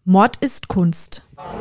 Mord ist Kunst.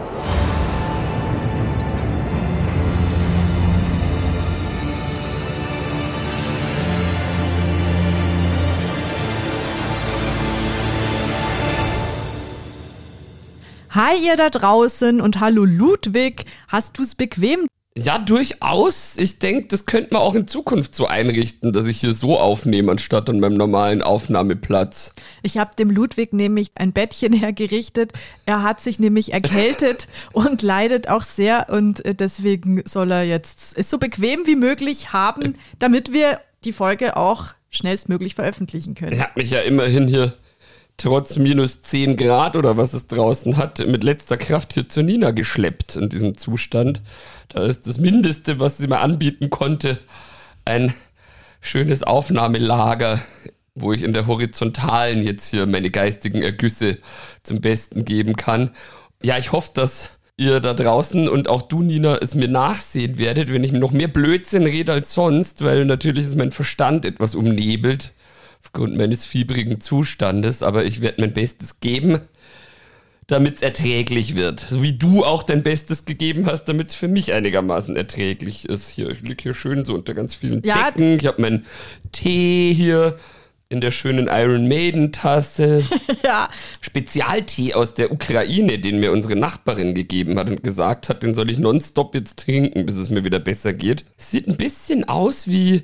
Hi ihr da draußen und hallo Ludwig, hast du's bequem? Ja, durchaus. Ich denke, das könnte man auch in Zukunft so einrichten, dass ich hier so aufnehme, anstatt an meinem normalen Aufnahmeplatz. Ich habe dem Ludwig nämlich ein Bettchen hergerichtet. Er hat sich nämlich erkältet und leidet auch sehr und deswegen soll er jetzt es so bequem wie möglich haben, damit wir die Folge auch schnellstmöglich veröffentlichen können. Er hat mich ja immerhin hier trotz minus 10 Grad oder was es draußen hat, mit letzter Kraft hier zur Nina geschleppt in diesem Zustand. Da ist das Mindeste, was sie mir anbieten konnte, ein schönes Aufnahmelager, wo ich in der Horizontalen jetzt hier meine geistigen Ergüsse zum Besten geben kann. Ja, ich hoffe, dass ihr da draußen und auch du, Nina, es mir nachsehen werdet, wenn ich noch mehr Blödsinn rede als sonst, weil natürlich ist mein Verstand etwas umnebelt aufgrund meines fiebrigen Zustandes, aber ich werde mein Bestes geben, damit es erträglich wird. So wie du auch dein Bestes gegeben hast, damit es für mich einigermaßen erträglich ist. Hier, ich liege hier schön so unter ganz vielen Decken. Ich habe meinen Tee hier in der schönen Iron Maiden Tasse. Ja. Spezialtee aus der Ukraine, den mir unsere Nachbarin gegeben hat und gesagt hat, den soll ich nonstop jetzt trinken, bis es mir wieder besser geht. Sieht ein bisschen aus wie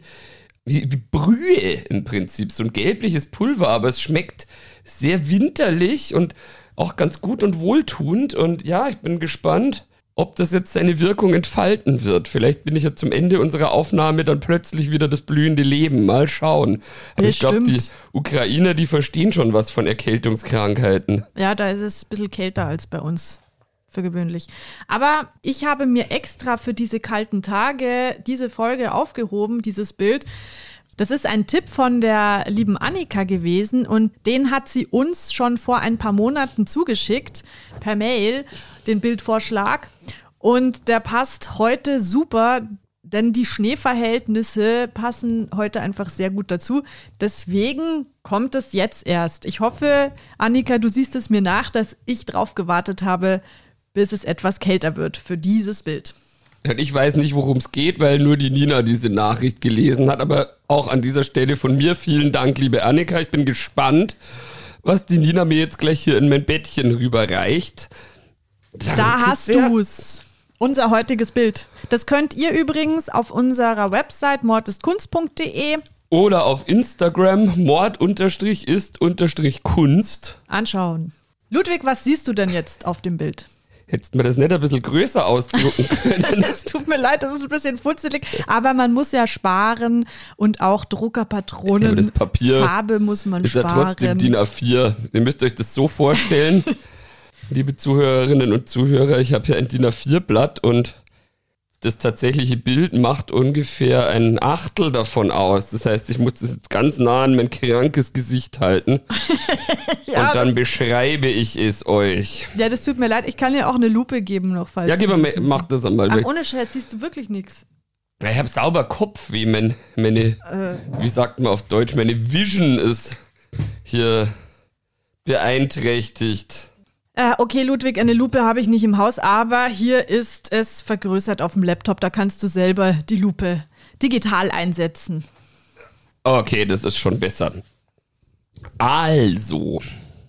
Brühe im Prinzip, so ein gelbliches Pulver, aber es schmeckt sehr winterlich und auch ganz gut und wohltuend und ja, ich bin gespannt, ob das jetzt seine Wirkung entfalten wird. Vielleicht bin ich ja zum Ende unserer Aufnahme dann plötzlich wieder das blühende Leben. Mal schauen. Aber ich glaube, die Ukrainer, die verstehen schon was von Erkältungskrankheiten. Ja, da ist es ein bisschen kälter als bei uns. Für gewöhnlich. Aber ich habe mir extra für diese kalten Tage diese Folge aufgehoben, dieses Bild. Das ist ein Tipp von der lieben Annika gewesen und den hat sie uns schon vor ein paar Monaten zugeschickt, per Mail, den Bildvorschlag. Und der passt heute super, denn die Schneeverhältnisse passen heute einfach sehr gut dazu. Deswegen kommt es jetzt erst. Ich hoffe, Annika, du siehst es mir nach, dass ich drauf gewartet habe, bis es etwas kälter wird für dieses Bild. Ich weiß nicht, worum es geht, weil nur die Nina diese Nachricht gelesen hat, aber auch an dieser Stelle von mir vielen Dank, liebe Annika. Ich bin gespannt, was die Nina mir jetzt gleich hier in mein Bettchen rüberreicht. Da hast du's. Unser heutiges Bild. Das könnt ihr übrigens auf unserer Website mordistkunst.de oder auf Instagram mord_ist_kunst anschauen. Ludwig, was siehst du denn jetzt auf dem Bild? Hättest du mir das nicht ein bisschen größer ausdrucken können? Es tut mir leid, das ist ein bisschen futzelig, aber man muss ja sparen und auch Druckerpatronen, ja, das Papier Farbe muss man ist sparen. Ja trotzdem DIN A4. Ihr müsst euch das so vorstellen, liebe Zuhörerinnen und Zuhörer, ich habe hier ein DIN A4-Blatt und das tatsächliche Bild macht ungefähr ein Achtel davon aus. Das heißt, ich muss das jetzt ganz nah an mein krankes Gesicht halten. Ja, und dann beschreibe ich es euch. Ja, das tut mir leid. Ich kann dir auch eine Lupe geben noch, falls mach das einmal weg. Ach, ohne Scherz, siehst du wirklich nichts. Ja, ich habe sauber Kopf, wie wie sagt man auf Deutsch, meine Vision ist hier beeinträchtigt. Okay, Ludwig, eine Lupe habe ich nicht im Haus, aber hier ist es vergrößert auf dem Laptop. Da kannst du selber die Lupe digital einsetzen. Okay, das ist schon besser. Also,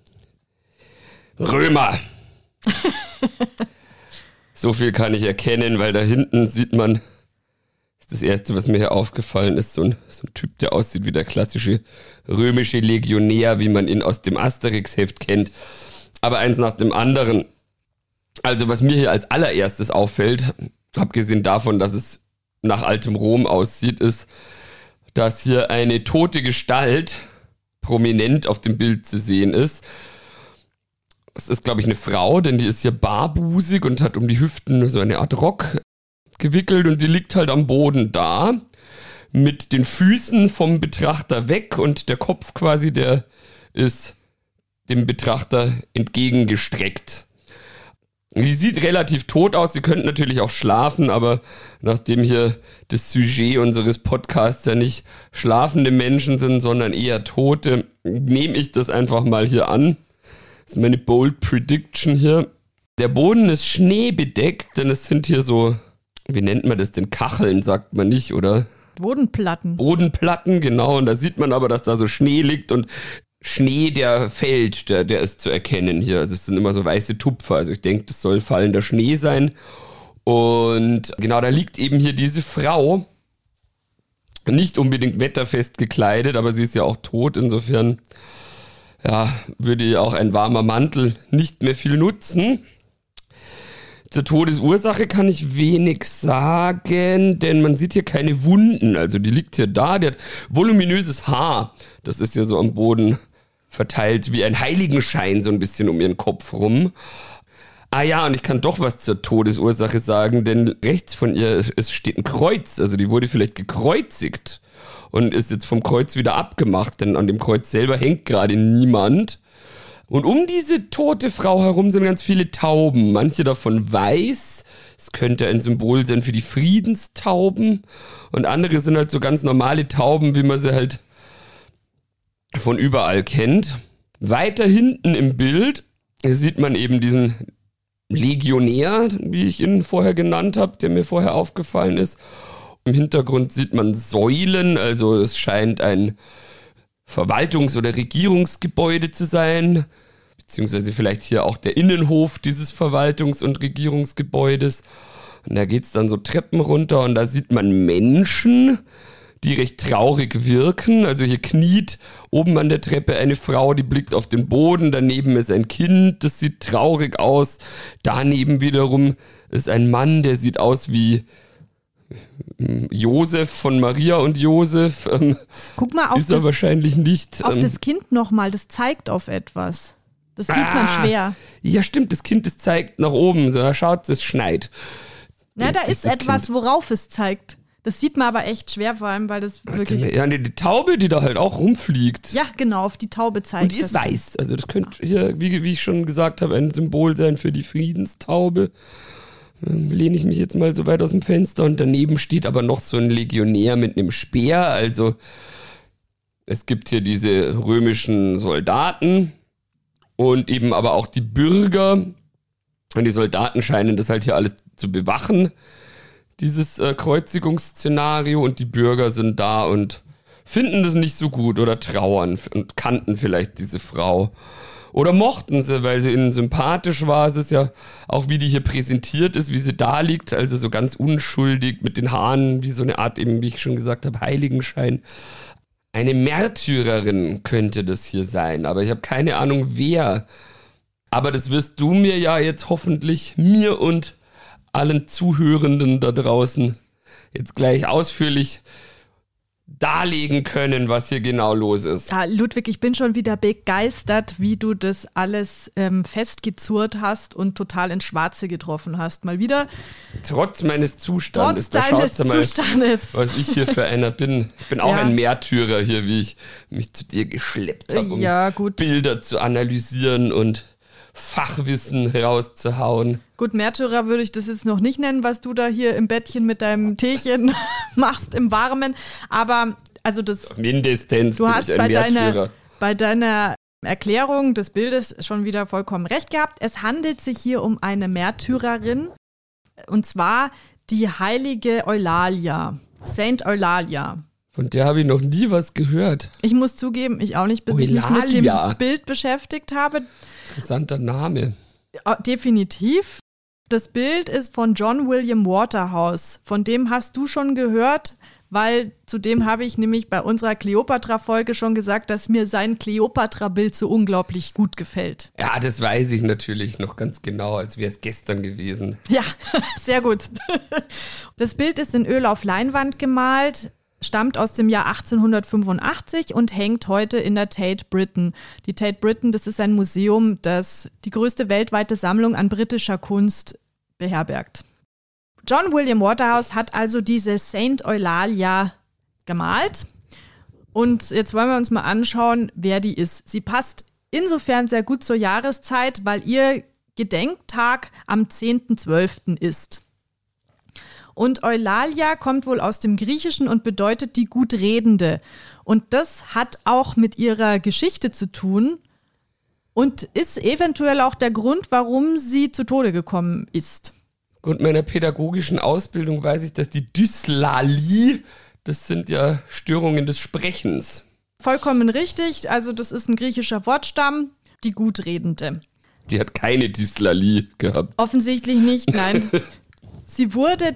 Römer. So viel kann ich erkennen, weil da hinten sieht man, das Erste, was mir hier aufgefallen ist, so ein Typ, der aussieht wie der klassische römische Legionär, wie man ihn aus dem Asterix-Heft kennt. Aber eins nach dem anderen. Also was mir hier als allererstes auffällt, abgesehen davon, dass es nach altem Rom aussieht, ist, dass hier eine tote Gestalt prominent auf dem Bild zu sehen ist. Das ist, glaube ich, eine Frau, denn die ist hier barbusig und hat um die Hüften so eine Art Rock gewickelt und die liegt halt am Boden da, mit den Füßen vom Betrachter weg und der Kopf quasi, der ist dem Betrachter entgegengestreckt. Die sieht relativ tot aus, sie könnte natürlich auch schlafen, aber nachdem hier das Sujet unseres Podcasts ja nicht schlafende Menschen sind, sondern eher Tote, nehme ich das einfach mal hier an. Das ist meine Bold Prediction hier. Der Boden ist schneebedeckt, denn es sind hier so, wie nennt man das denn? Kacheln, sagt man nicht, oder? Bodenplatten. Bodenplatten, genau. Und da sieht man aber, dass da so Schnee liegt und Schnee, der fällt, der ist zu erkennen hier. Also es sind immer so weiße Tupfer. Also ich denke, das soll fallender Schnee sein. Und genau, da liegt eben hier diese Frau. Nicht unbedingt wetterfest gekleidet, aber sie ist ja auch tot. Insofern, ja, würde ihr auch ein warmer Mantel nicht mehr viel nutzen. Zur Todesursache kann ich wenig sagen, denn man sieht hier keine Wunden. Also die liegt hier da, die hat voluminöses Haar. Das ist ja so am Boden verteilt wie ein Heiligenschein so ein bisschen um ihren Kopf rum. Ah ja, und ich kann doch was zur Todesursache sagen, denn rechts von ihr steht ein Kreuz. Also die wurde vielleicht gekreuzigt und ist jetzt vom Kreuz wieder abgemacht, denn an dem Kreuz selber hängt gerade niemand. Und um diese tote Frau herum sind ganz viele Tauben, manche davon weiß. Es könnte ein Symbol sein für die Friedenstauben. Und andere sind halt so ganz normale Tauben, wie man sie halt von überall kennt. Weiter hinten im Bild sieht man eben diesen Legionär, wie ich ihn vorher genannt habe, der mir vorher aufgefallen ist. Im Hintergrund sieht man Säulen, also es scheint ein Verwaltungs- oder Regierungsgebäude zu sein, beziehungsweise vielleicht hier auch der Innenhof dieses Verwaltungs- und Regierungsgebäudes. Und da geht es dann so Treppen runter und da sieht man Menschen, die recht traurig wirken. Also hier kniet oben an der Treppe eine Frau, die blickt auf den Boden, daneben ist ein Kind, das sieht traurig aus. Daneben wiederum ist ein Mann, der sieht aus wie Josef von Maria und Josef. Guck mal auf ist er wahrscheinlich nicht. Auf das Kind nochmal, das zeigt auf etwas. Das sieht man schwer. Ja, stimmt, das Kind, das zeigt nach oben. So, schaut, es schneit. Na, da ist etwas, worauf es zeigt. Das sieht man aber echt schwer, vor allem, weil das wirklich... Ja, die Taube, die da halt auch rumfliegt. Ja, genau, auf die Taube zeigt. Und die ist weiß. Also das könnte hier, wie ich schon gesagt habe, ein Symbol sein für die Friedenstaube. Lehne ich mich jetzt mal so weit aus dem Fenster und daneben steht aber noch so ein Legionär mit einem Speer. Also es gibt hier diese römischen Soldaten und eben aber auch die Bürger. Und die Soldaten scheinen das halt hier alles zu bewachen, dieses Kreuzigungsszenario. Und die Bürger sind da und finden das nicht so gut oder trauern und kannten vielleicht diese Frau. Oder mochten sie, weil sie ihnen sympathisch war. Es ist ja auch, wie die hier präsentiert ist, wie sie da liegt. Also so ganz unschuldig mit den Haaren, wie so eine Art, eben wie ich schon gesagt habe, Heiligenschein. Eine Märtyrerin könnte das hier sein, aber ich habe keine Ahnung, wer. Aber das wirst du mir ja jetzt hoffentlich, mir und allen Zuhörenden da draußen, jetzt gleich ausführlich darlegen können, was hier genau los ist. Ja, Ludwig, ich bin schon wieder begeistert, wie du das alles festgezurrt hast und total ins Schwarze getroffen hast. Mal wieder. Trotz meines Zustandes. Trotz deines Zustandes. Was ich hier für einer bin. Ich bin auch ein Märtyrer hier, wie ich mich zu dir geschleppt habe, um Bilder zu analysieren und Fachwissen rauszuhauen. Gut, Märtyrer würde ich das jetzt noch nicht nennen, was du da hier im Bettchen mit deinem Teechen machst im Warmen. Aber also das. Mindestens. Du hast bei deiner Erklärung des Bildes schon wieder vollkommen recht gehabt. Es handelt sich hier um eine Märtyrerin. Und zwar die heilige Eulalia. Saint Eulalia. Von der habe ich noch nie was gehört. Ich muss zugeben, ich auch nicht, bis ich mich mit dem Bild beschäftigt habe. Interessanter Name. Definitiv. Das Bild ist von John William Waterhouse. Von dem hast du schon gehört, weil zu dem habe ich nämlich bei unserer Kleopatra-Folge schon gesagt, dass mir sein Kleopatra-Bild so unglaublich gut gefällt. Ja, das weiß ich natürlich noch ganz genau, als wäre es gestern gewesen. Ja, sehr gut. Das Bild ist in Öl auf Leinwand gemalt, stammt aus dem Jahr 1885 und hängt heute in der Tate Britain. Die Tate Britain, das ist ein Museum, das die größte weltweite Sammlung an britischer Kunst beherbergt. John William Waterhouse hat also diese Saint Eulalia gemalt. Und jetzt wollen wir uns mal anschauen, wer die ist. Sie passt insofern sehr gut zur Jahreszeit, weil ihr Gedenktag am 10.12. ist. Und Eulalia kommt wohl aus dem Griechischen und bedeutet die Gutredende. Und das hat auch mit ihrer Geschichte zu tun. und ist eventuell auch der Grund, warum sie zu Tode gekommen ist. Aufgrund meiner pädagogischen Ausbildung weiß ich, dass die Dyslalie, das sind ja Störungen des Sprechens. Vollkommen richtig, also das ist ein griechischer Wortstamm, die Gutredende. Die hat keine Dyslalie gehabt. Offensichtlich nicht, nein. Sie wurde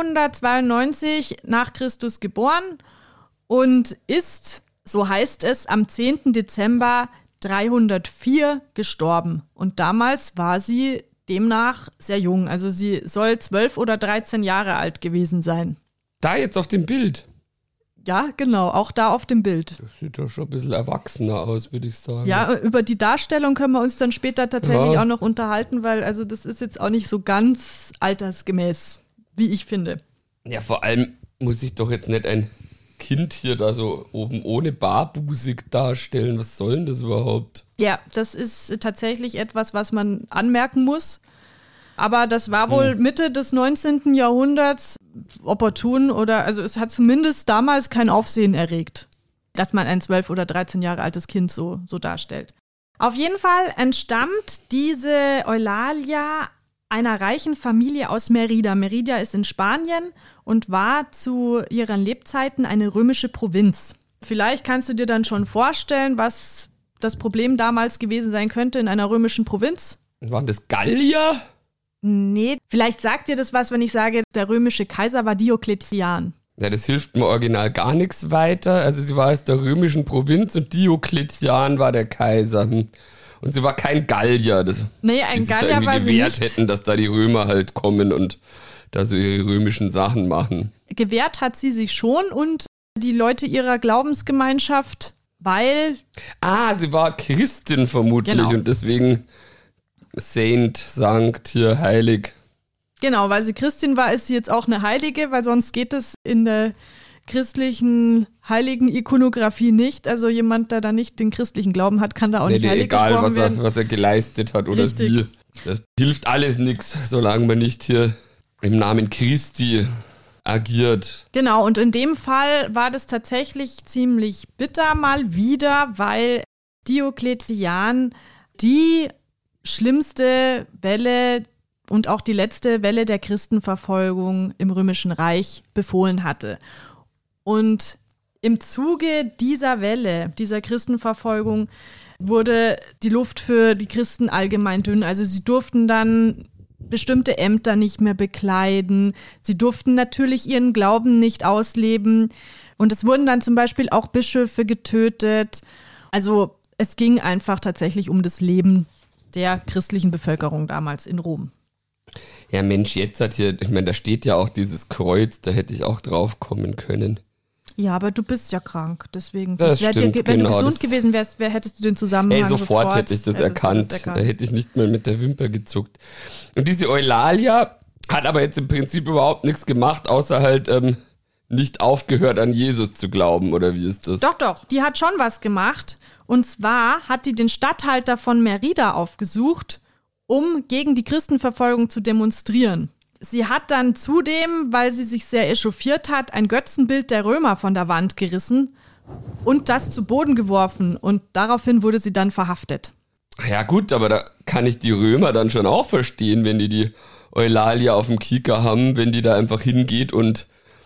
292 nach Christus geboren und ist, so heißt es, am 10. Dezember 304 gestorben. Und damals war sie demnach sehr jung. Also sie soll 12 oder 13 Jahre alt gewesen sein. Da jetzt auf dem Bild. Ja, genau, auch da auf dem Bild. Das sieht doch schon ein bisschen erwachsener aus, würde ich sagen. Ja, über die Darstellung können wir uns dann später tatsächlich Ja. auch noch unterhalten, weil also das ist jetzt auch nicht so ganz altersgemäß, wie ich finde. Ja, vor allem muss ich doch jetzt nicht ein Kind hier da so oben ohne barbusig darstellen. Was soll denn das überhaupt? Ja, das ist tatsächlich etwas, was man anmerken muss. Aber das war wohl Mitte des 19. Jahrhunderts opportun oder, also es hat zumindest damals kein Aufsehen erregt, dass man ein 12 oder 13 Jahre altes Kind so darstellt. Auf jeden Fall entstammt diese Eulalia einer reichen Familie aus Merida. Merida ist in Spanien und war zu ihren Lebzeiten eine römische Provinz. Vielleicht kannst du dir dann schon vorstellen, was das Problem damals gewesen sein könnte in einer römischen Provinz. Waren das Gallier? Nee, vielleicht sagt dir das was, wenn ich sage, der römische Kaiser war Diokletian. Ja, das hilft mir original gar nichts weiter. Also sie war aus der römischen Provinz und Diokletian war der Kaiser. Und sie war kein Gallier, Nee, ein die sich da Gallier war irgendwie sie gewehrt nicht. hätten, dass da die Römer halt kommen und da so ihre römischen Sachen machen. Gewehrt hat sie sich schon und die Leute ihrer Glaubensgemeinschaft, weil, Sie war Christin vermutlich Genau. und deswegen Sankt hier heilig. genau, weil sie Christin war, ist sie jetzt auch eine Heilige, weil sonst geht es in der christlichen heiligen Ikonografie nicht. Also jemand, der da nicht den christlichen Glauben hat, kann da auch nicht heilig egal, gesprochen werden. was er geleistet hat oder Richtig. sie. Das hilft alles nichts, solange man nicht hier im Namen Christi agiert. Genau, und in dem Fall war das tatsächlich ziemlich bitter mal wieder, weil Diokletian die schlimmste Welle und auch die letzte Welle der Christenverfolgung im Römischen Reich befohlen hatte. Und im Zuge dieser Welle, dieser Christenverfolgung, wurde die Luft für die Christen allgemein dünn. Also sie durften dann bestimmte Ämter nicht mehr bekleiden. Sie durften natürlich ihren Glauben nicht ausleben. Und es wurden dann zum Beispiel auch Bischöfe getötet. Also es ging einfach tatsächlich um das Leben der christlichen Bevölkerung damals in Rom. Ja, Mensch, jetzt hat hier, ich meine, da steht ja auch dieses Kreuz, da hätte ich auch drauf kommen können. Ja, aber du bist ja krank, deswegen. Das wär stimmt, wenn genau, du gesund das- gewesen wärst, hättest du den Zusammenhang Sofort hätte ich das hättest du erkannt. Da hätte ich nicht mal mit der Wimper gezuckt. Und diese Eulalia hat aber jetzt im Prinzip überhaupt nichts gemacht, außer halt nicht aufgehört an Jesus zu glauben, oder wie ist das? Doch, die hat schon was gemacht. Und zwar hat die den Statthalter von Merida aufgesucht, um gegen die Christenverfolgung zu demonstrieren. Sie hat dann zudem, weil sie sich sehr echauffiert hat, ein Götzenbild der Römer von der Wand gerissen und das zu Boden geworfen. Und daraufhin wurde sie dann verhaftet. Ja gut, aber da kann ich die Römer dann schon auch verstehen, wenn die Eulalia auf dem Kieker haben, wenn die da einfach hingeht und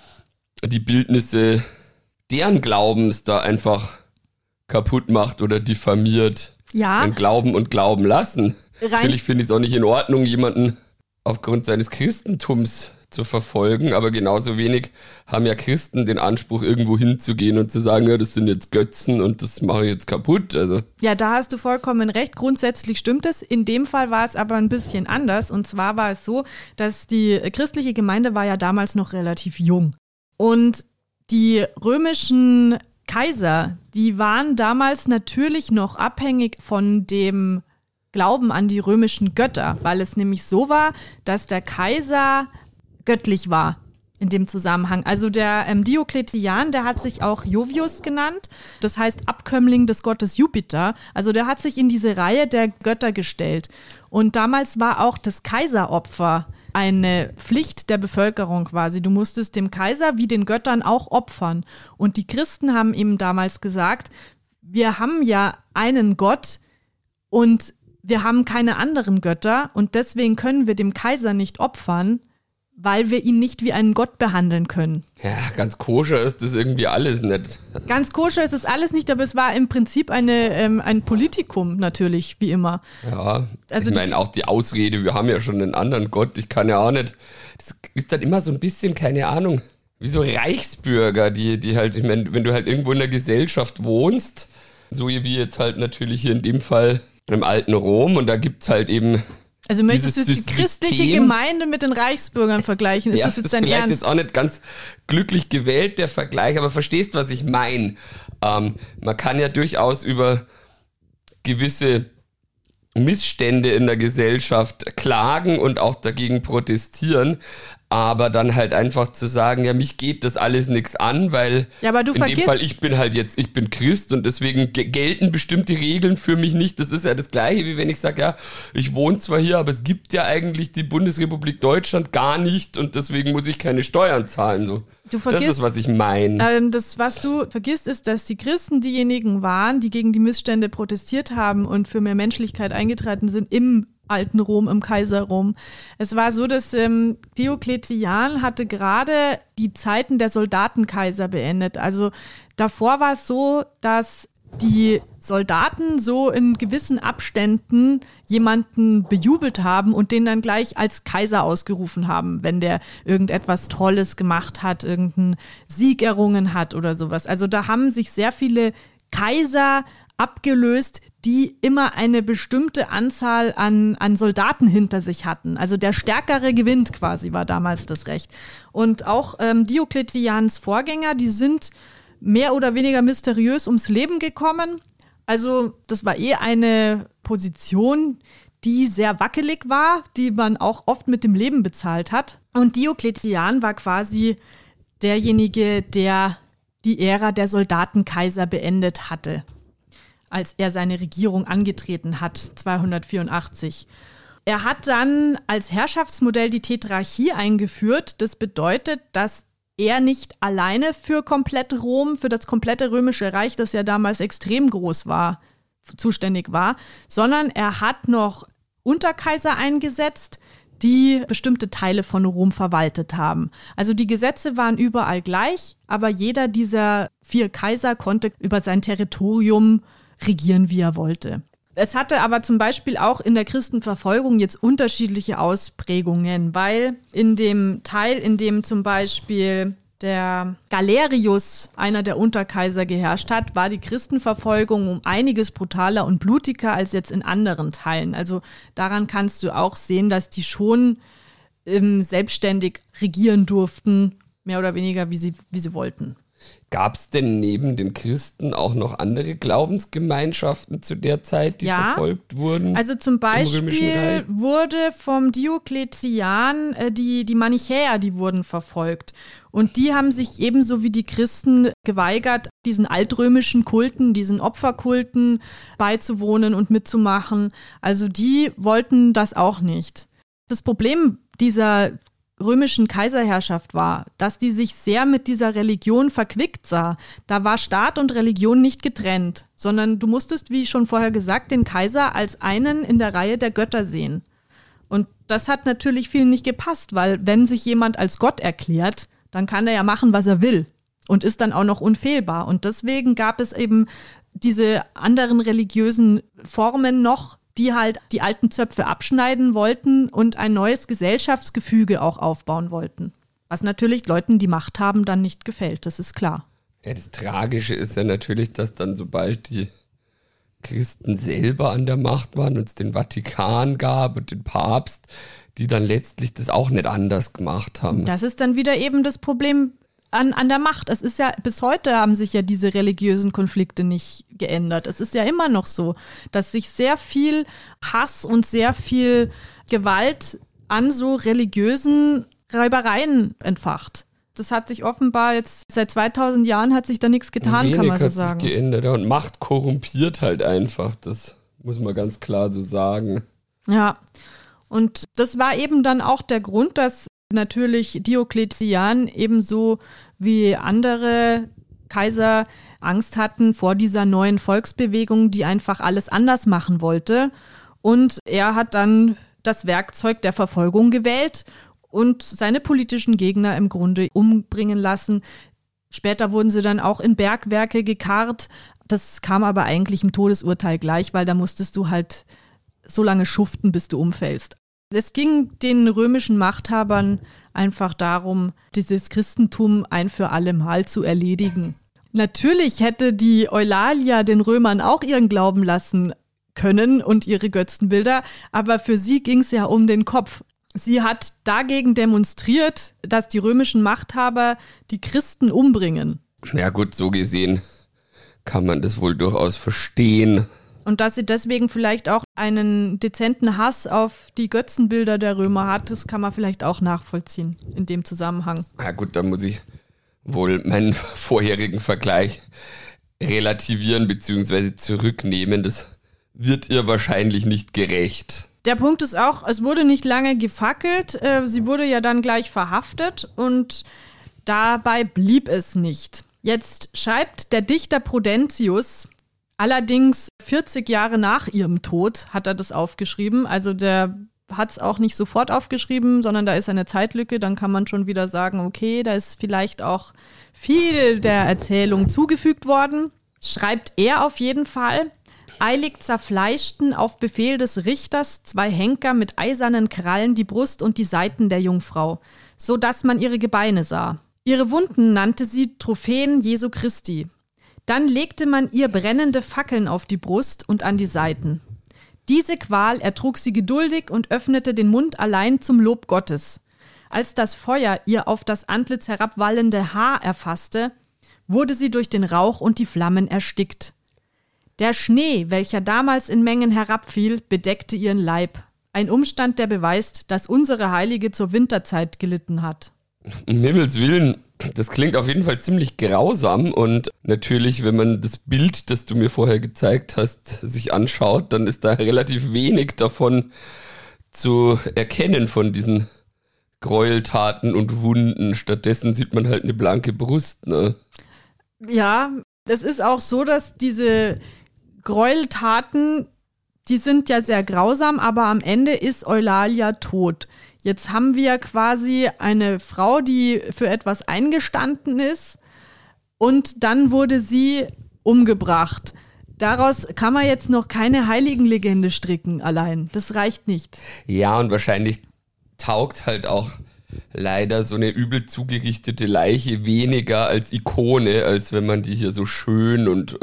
die Bildnisse deren Glaubens da einfach kaputt macht oder diffamiert. Ja, Dann glauben und glauben lassen. Natürlich finde ich es auch nicht in Ordnung, jemanden aufgrund seines Christentums zu verfolgen, aber genauso wenig haben ja Christen den Anspruch, irgendwo hinzugehen und zu sagen, ja, das sind jetzt Götzen und das mache ich jetzt kaputt. Also Ja, da hast du vollkommen recht. Grundsätzlich stimmt es. In dem Fall war es aber ein bisschen anders. Und zwar war es so, dass die christliche Gemeinde war ja damals noch relativ jung. Und die römischen Kaiser, die waren damals natürlich noch abhängig von dem Glauben an die römischen Götter, weil es nämlich so war, dass der Kaiser göttlich war in dem Zusammenhang. Also der Diokletian, der hat sich auch Jovius genannt, das heißt Abkömmling des Gottes Jupiter. Also der hat sich in diese Reihe der Götter gestellt. Und damals war auch das Kaiseropfer eine Pflicht der Bevölkerung quasi. Du musstest dem Kaiser wie den Göttern auch opfern. Und die Christen haben ihm damals gesagt, wir haben ja einen Gott, Und wir haben keine anderen Götter und deswegen können wir dem Kaiser nicht opfern, weil wir ihn nicht wie einen Gott behandeln können. Ja, ganz koscher ist das irgendwie alles nicht. Ganz koscher ist es alles nicht, aber es war im Prinzip ein Politikum natürlich, wie immer. Ja, Also ich meine auch die Ausrede, wir haben ja schon einen anderen Gott, ich kann ja auch nicht. Das ist dann immer so ein bisschen, keine Ahnung, wie so Reichsbürger, die halt, ich meine, wenn du halt irgendwo in der Gesellschaft wohnst, so wie jetzt halt natürlich hier in dem Fall im alten Rom und da gibt es halt eben. Also möchtest du jetzt die christliche Gemeinde mit den Reichsbürgern vergleichen? Ist das jetzt dein Ernst? Das ist vielleicht jetzt auch nicht ganz glücklich gewählt, der Vergleich, aber verstehst, was ich meine? Man kann ja durchaus über gewisse Missstände in der Gesellschaft klagen und auch dagegen protestieren, aber dann halt einfach zu sagen, ja, mich geht das alles nichts an, weil ja, aber du in dem Fall, ich bin Christ und deswegen gelten bestimmte Regeln für mich nicht. Das ist ja das Gleiche, wie wenn ich sage, ja, ich wohne zwar hier, aber es gibt ja eigentlich die Bundesrepublik Deutschland gar nicht und deswegen muss ich keine Steuern zahlen. So. Das ist, was ich meine. Das, was du vergisst, ist, dass die Christen diejenigen waren, die gegen die Missstände protestiert haben und für mehr Menschlichkeit eingetreten sind im alten Rom, im Kaiserrom. Es war so, dass Diokletian hatte gerade die Zeiten der Soldatenkaiser beendet. Also davor war es so, dass die Soldaten so in gewissen Abständen jemanden bejubelt haben und den dann gleich als Kaiser ausgerufen haben, wenn der irgendetwas Tolles gemacht hat, irgendeinen Sieg errungen hat oder sowas. Also da haben sich sehr viele Kaiser abgelöst, die immer eine bestimmte Anzahl an Soldaten hinter sich hatten. Also der Stärkere gewinnt quasi, war damals das Recht. Und auch Diokletians Vorgänger, die sind mehr oder weniger mysteriös ums Leben gekommen. Also das war eine Position, die sehr wackelig war, die man auch oft mit dem Leben bezahlt hat. Und Diokletian war quasi derjenige, der die Ära der Soldatenkaiser beendet hatte, als er seine Regierung angetreten hat, 284. Er hat dann als Herrschaftsmodell die Tetrarchie eingeführt. Das bedeutet, dass er nicht alleine für komplett Rom, für das komplette Römische Reich, das ja damals extrem groß war, zuständig war, sondern er hat noch Unterkaiser eingesetzt, die bestimmte Teile von Rom verwaltet haben. Also die Gesetze waren überall gleich, aber jeder dieser 4 Kaiser konnte über sein Territorium regieren, wie er wollte. Es hatte aber zum Beispiel auch in der Christenverfolgung jetzt unterschiedliche Ausprägungen, weil in dem Teil, in dem zum Beispiel der Galerius, einer der Unterkaiser, geherrscht hat, war die Christenverfolgung um einiges brutaler und blutiger als jetzt in anderen Teilen. Also daran kannst du auch sehen, dass die schon selbstständig regieren durften, mehr oder weniger, wie sie wollten. Gab es denn neben den Christen auch noch andere Glaubensgemeinschaften zu der Zeit, die verfolgt wurden? Also zum Beispiel wurde vom Diokletian die Manichäer, die wurden verfolgt. Und die haben sich ebenso wie die Christen geweigert, diesen altrömischen Kulten, diesen Opferkulten beizuwohnen und mitzumachen. Also die wollten das auch nicht. Das Problem dieser römischen Kaiserherrschaft war, dass die sich sehr mit dieser Religion verquickt sah. Da war Staat und Religion nicht getrennt, sondern du musstest, wie schon vorher gesagt, den Kaiser als einen in der Reihe der Götter sehen. Und das hat natürlich vielen nicht gepasst, weil wenn sich jemand als Gott erklärt, dann kann er ja machen, was er will und ist dann auch noch unfehlbar. Und deswegen gab es eben diese anderen religiösen Formen noch, die halt die alten Zöpfe abschneiden wollten und ein neues Gesellschaftsgefüge auch aufbauen wollten. Was natürlich Leuten, die Macht haben, dann nicht gefällt, das ist klar. Ja, das Tragische ist ja natürlich, dass dann sobald die Christen selber an der Macht waren und es den Vatikan gab und den Papst, die dann letztlich das auch nicht anders gemacht haben. Das ist dann wieder eben das Problem an der Macht. Es ist ja, bis heute haben sich ja diese religiösen Konflikte nicht geändert. Es ist ja immer noch so, dass sich sehr viel Hass und sehr viel Gewalt an so religiösen Reibereien entfacht. Das hat sich offenbar jetzt, seit 2000 Jahren hat sich da nichts getan, kann man so sagen. Hat sich geändert und Macht korrumpiert halt einfach. Das muss man ganz klar so sagen. Ja, und das war eben dann auch der Grund, dass natürlich Diokletian ebenso wie andere Kaiser Angst hatten vor dieser neuen Volksbewegung, die einfach alles anders machen wollte. Und er hat dann das Werkzeug der Verfolgung gewählt und seine politischen Gegner im Grunde umbringen lassen. Später wurden sie dann auch in Bergwerke gekarrt. Das kam aber eigentlich im Todesurteil gleich, weil da musstest du halt so lange schuften, bis du umfällst. Es ging den römischen Machthabern einfach darum, dieses Christentum ein für alle Mal zu erledigen. Natürlich hätte die Eulalia den Römern auch ihren Glauben lassen können und ihre Götzenbilder, aber für sie ging es ja um den Kopf. Sie hat dagegen demonstriert, dass die römischen Machthaber die Christen umbringen. Ja gut, so gesehen kann man das wohl durchaus verstehen. Und dass sie deswegen vielleicht auch einen dezenten Hass auf die Götzenbilder der Römer hat, das kann man vielleicht auch nachvollziehen in dem Zusammenhang. Ja gut, dann muss ich wohl meinen vorherigen Vergleich relativieren bzw. zurücknehmen. Das wird ihr wahrscheinlich nicht gerecht. Der Punkt ist auch, es wurde nicht lange gefackelt, sie wurde ja dann gleich verhaftet und dabei blieb es nicht. Jetzt schreibt der Dichter Prudentius, allerdings 40 Jahre nach ihrem Tod hat er das aufgeschrieben, also der hat es auch nicht sofort aufgeschrieben, sondern da ist eine Zeitlücke, dann kann man schon wieder sagen, okay, da ist vielleicht auch viel der Erzählung zugefügt worden. Schreibt er auf jeden Fall: Eilig zerfleischten auf Befehl des Richters 2 Henker mit eisernen Krallen die Brust und die Seiten der Jungfrau, so dass man ihre Gebeine sah. Ihre Wunden nannte sie Trophäen Jesu Christi. Dann legte man ihr brennende Fackeln auf die Brust und an die Seiten. Diese Qual ertrug sie geduldig und öffnete den Mund allein zum Lob Gottes. Als das Feuer ihr auf das Antlitz herabwallende Haar erfasste, wurde sie durch den Rauch und die Flammen erstickt. Der Schnee, welcher damals in Mengen herabfiel, bedeckte ihren Leib. Ein Umstand, der beweist, dass unsere Heilige zur Winterzeit gelitten hat. Um Himmels Willen, das klingt auf jeden Fall ziemlich grausam und natürlich, wenn man das Bild, das du mir vorher gezeigt hast, sich anschaut, dann ist da relativ wenig davon zu erkennen von diesen Gräueltaten und Wunden. Stattdessen sieht man halt eine blanke Brust, ne? Ja, es ist auch so, dass diese Gräueltaten, die sind ja sehr grausam, aber am Ende ist Eulalia tot. Jetzt haben wir quasi eine Frau, die für etwas eingestanden ist und dann wurde sie umgebracht. Daraus kann man jetzt noch keine Heiligenlegende stricken allein. Das reicht nicht. Ja, und wahrscheinlich taugt halt auch leider so eine übel zugerichtete Leiche weniger als Ikone, als wenn man die hier so schön und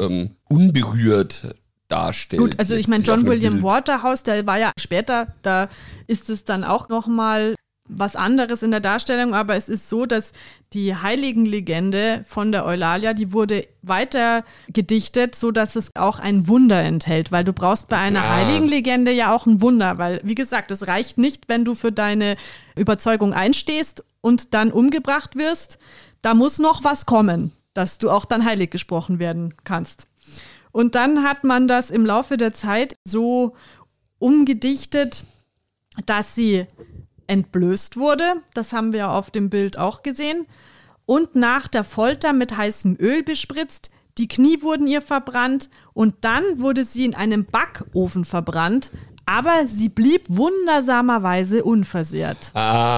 unberührt darstellt. Gut, also ich meine, John William Waterhouse, der war ja später, da ist es dann auch nochmal was anderes in der Darstellung, aber es ist so, dass die Heiligenlegende von der Eulalia, die wurde weiter gedichtet, sodass es auch ein Wunder enthält, weil du brauchst bei einer Heiligenlegende ja auch ein Wunder, weil, wie gesagt, es reicht nicht, wenn du für deine Überzeugung einstehst und dann umgebracht wirst, da muss noch was kommen, dass du auch dann heilig gesprochen werden kannst. Und dann hat man das im Laufe der Zeit so umgedichtet, dass sie entblößt wurde. Das haben wir auf dem Bild auch gesehen. Und nach der Folter mit heißem Öl bespritzt. Die Knie wurden ihr verbrannt und dann wurde sie in einem Backofen verbrannt. Aber sie blieb wundersamerweise unversehrt.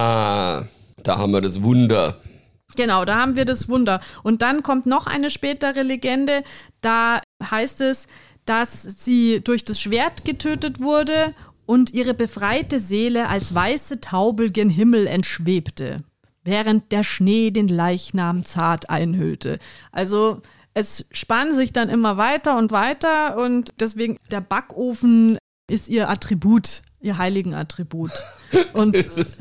Ah, da haben wir das Wunder. Genau, da haben wir das Wunder. Und dann kommt noch eine spätere Legende. Da heißt es, dass sie durch das Schwert getötet wurde und ihre befreite Seele als weiße Taube gen Himmel entschwebte, während der Schnee den Leichnam zart einhüllte. Also es spann sich dann immer weiter und deswegen der Backofen ist ihr Attribut, ihr heiligen Attribut. Und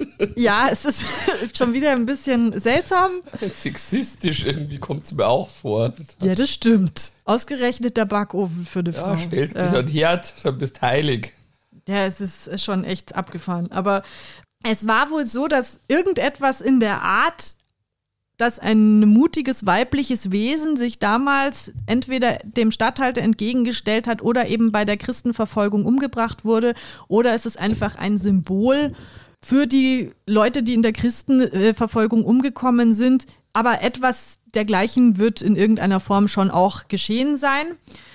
ja, es ist schon wieder ein bisschen seltsam. Sexistisch irgendwie kommt es mir auch vor. Ja, das stimmt. Ausgerechnet der Backofen für eine Frau. Ja, stellst dich an den Herd, dann bist heilig. Ja, es ist schon echt abgefahren. Aber es war wohl so, dass irgendetwas in der Art, dass ein mutiges weibliches Wesen sich damals entweder dem Statthalter entgegengestellt hat oder eben bei der Christenverfolgung umgebracht wurde, oder es ist einfach ein Symbol für die Leute, die in der Christenverfolgung umgekommen sind, Aber etwas dergleichen wird in irgendeiner Form schon auch geschehen sein.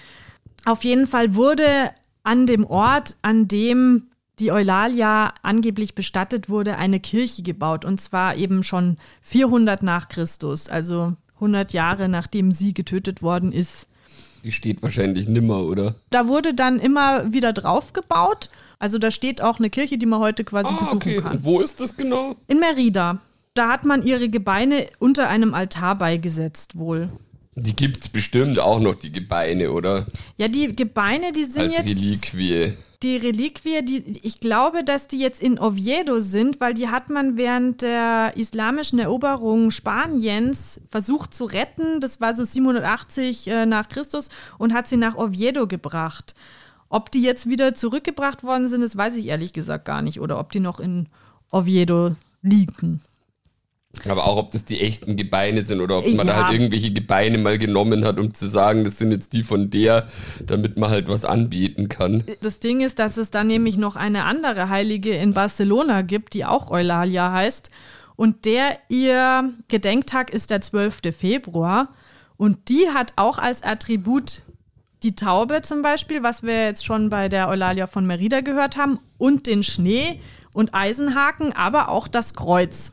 Auf jeden Fall wurde an dem Ort, an dem die Eulalia angeblich bestattet wurde, eine Kirche gebaut. Und zwar eben schon 400 nach Christus, also 100 Jahre nachdem sie getötet worden ist. Die steht wahrscheinlich nimmer, oder? Da wurde dann immer wieder drauf gebaut. Also da steht auch eine Kirche, die man heute quasi besuchen kann. Und wo ist das genau? In Merida. Da hat man ihre Gebeine unter einem Altar beigesetzt wohl. Die gibt's bestimmt auch noch, die Gebeine, oder? Ja, die Gebeine, die sind als jetzt... Reliquie. Die Reliquie, ich glaube, dass die jetzt in Oviedo sind, weil die hat man während der islamischen Eroberung Spaniens versucht zu retten. Das war so 780 nach Christus und hat sie nach Oviedo gebracht. Ob die jetzt wieder zurückgebracht worden sind, das weiß ich ehrlich gesagt gar nicht. Oder ob die noch in Oviedo liegen. Aber auch, ob das die echten Gebeine sind oder ob man da halt irgendwelche Gebeine mal genommen hat, um zu sagen, das sind jetzt die von der, damit man halt was anbieten kann. Das Ding ist, dass es dann nämlich noch eine andere Heilige in Barcelona gibt, die auch Eulalia heißt. Und ihr Gedenktag ist der 12. Februar. Und die hat auch als Attribut die Taube zum Beispiel, was wir jetzt schon bei der Eulalia von Merida gehört haben, und den Schnee und Eisenhaken, aber auch das Kreuz.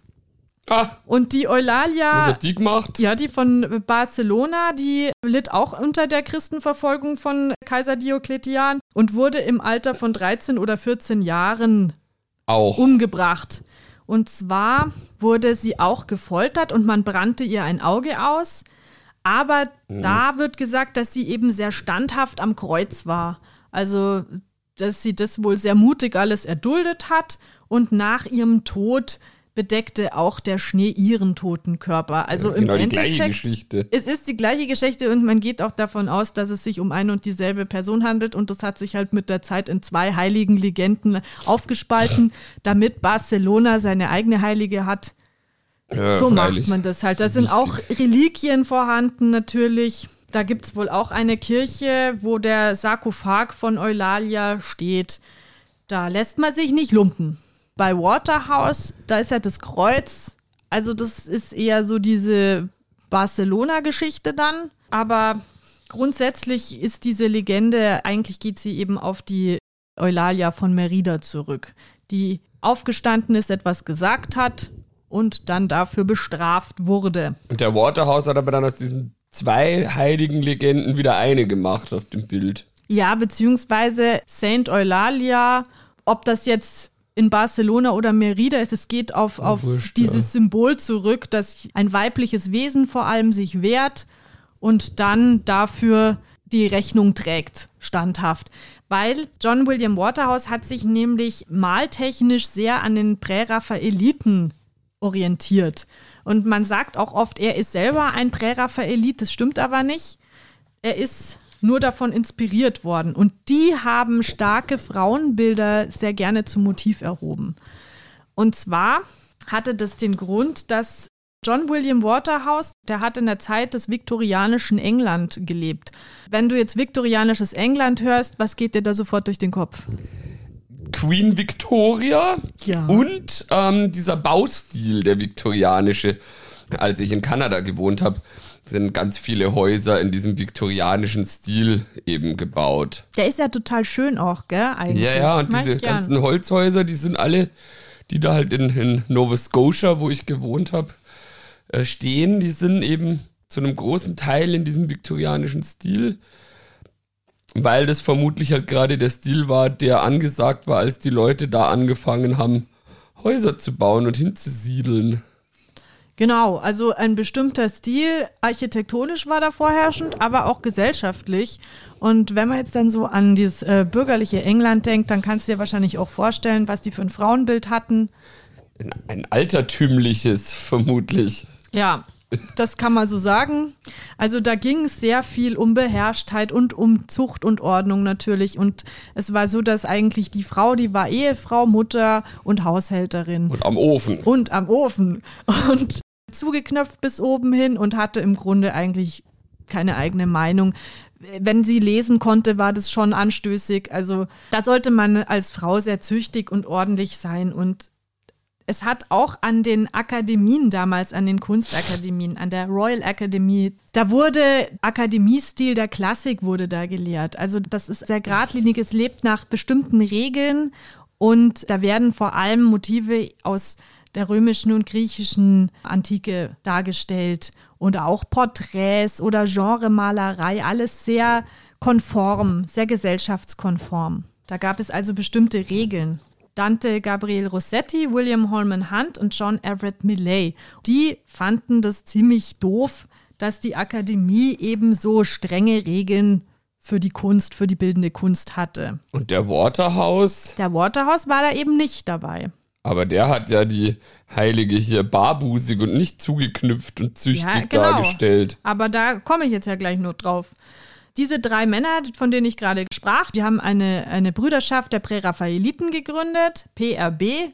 Und die Eulalia, was hat die gemacht? Ja, die von Barcelona, die litt auch unter der Christenverfolgung von Kaiser Diokletian und wurde im Alter von 13 oder 14 Jahren auch umgebracht. Und zwar wurde sie auch gefoltert und man brannte ihr ein Auge aus. Aber da wird gesagt, dass sie eben sehr standhaft am Kreuz war. Also, dass sie das wohl sehr mutig alles erduldet hat und nach ihrem Tod bedeckte auch der Schnee ihren toten Körper. Also ja, genau, im Endeffekt, die gleiche Geschichte. Es ist die gleiche Geschichte und man geht auch davon aus, dass es sich um eine und dieselbe Person handelt und das hat sich halt mit der Zeit in zwei heiligen Legenden aufgespalten, damit Barcelona seine eigene Heilige hat. Ja, so macht man das halt. Da sind auch Reliquien vorhanden natürlich. Da gibt es wohl auch eine Kirche, wo der Sarkophag von Eulalia steht. Da lässt man sich nicht lumpen. Bei Waterhouse, da ist ja das Kreuz, also das ist eher so diese Barcelona-Geschichte dann, aber grundsätzlich ist diese Legende, eigentlich geht sie eben auf die Eulalia von Merida zurück, die aufgestanden ist, etwas gesagt hat und dann dafür bestraft wurde. Und der Waterhouse hat aber dann aus diesen zwei heiligen Legenden wieder eine gemacht auf dem Bild. Ja, beziehungsweise Saint Eulalia, ob das jetzt in Barcelona oder Merida ist, es geht auf dieses Symbol zurück, dass ein weibliches Wesen vor allem sich wehrt und dann dafür die Rechnung trägt, standhaft. Weil John William Waterhouse hat sich nämlich maltechnisch sehr an den Präraphaeliten orientiert. Und man sagt auch oft, er ist selber ein Präraphaelit, das stimmt aber nicht. Er ist nur davon inspiriert worden. Und die haben starke Frauenbilder sehr gerne zum Motiv erhoben. Und zwar hatte das den Grund, dass John William Waterhouse, der hat in der Zeit des viktorianischen England gelebt. Wenn du jetzt viktorianisches England hörst, was geht dir da sofort durch den Kopf? Queen Victoria ja. Und dieser Baustil, der viktorianische. Als ich in Kanada gewohnt habe, sind ganz viele Häuser in diesem viktorianischen Stil eben gebaut. Der ist ja total schön auch, gell, eigentlich. Ja, und diese ganzen Holzhäuser, die sind alle, die da halt in Nova Scotia, wo ich gewohnt habe, stehen, die sind eben zu einem großen Teil in diesem viktorianischen Stil, weil das vermutlich halt gerade der Stil war, der angesagt war, als die Leute da angefangen haben, Häuser zu bauen und hinzusiedeln. Genau, also ein bestimmter Stil, architektonisch war da vorherrschend, aber auch gesellschaftlich. Und wenn man jetzt dann so an dieses bürgerliche England denkt, dann kannst du dir wahrscheinlich auch vorstellen, was die für ein Frauenbild hatten. Ein altertümliches, vermutlich. Ja, das kann man so sagen. Also da ging es sehr viel um Beherrschtheit und um Zucht und Ordnung natürlich. Und es war so, dass eigentlich die Frau, die war Ehefrau, Mutter und Haushälterin. Und am Ofen. Und zugeknöpft bis oben hin und hatte im Grunde eigentlich keine eigene Meinung. Wenn sie lesen konnte, war das schon anstößig. Also da sollte man als Frau sehr züchtig und ordentlich sein. Und Es hat auch an den Akademien damals, an den Kunstakademien, an der Royal Academy, da wurde Akademiestil der Klassik wurde da gelehrt. Also das ist sehr geradlinig, es lebt nach bestimmten Regeln und da werden vor allem Motive aus der römischen und griechischen Antike dargestellt und auch Porträts oder Genremalerei, alles sehr konform, sehr gesellschaftskonform. Da gab es also bestimmte Regeln. Dante Gabriel Rossetti, William Holman Hunt und John Everett Millais. Die fanden das ziemlich doof, dass die Akademie eben so strenge Regeln für die Kunst, für die bildende Kunst hatte. Und der Waterhouse? Der Waterhouse war da eben nicht dabei. Aber der hat ja die Heilige hier barbusig und nicht zugeknüpft und züchtig dargestellt. Aber da komme ich jetzt ja gleich nur drauf. Diese 3 Männer, von denen ich gerade sprach, die haben eine Brüderschaft der Präraffaeliten gegründet, PRB,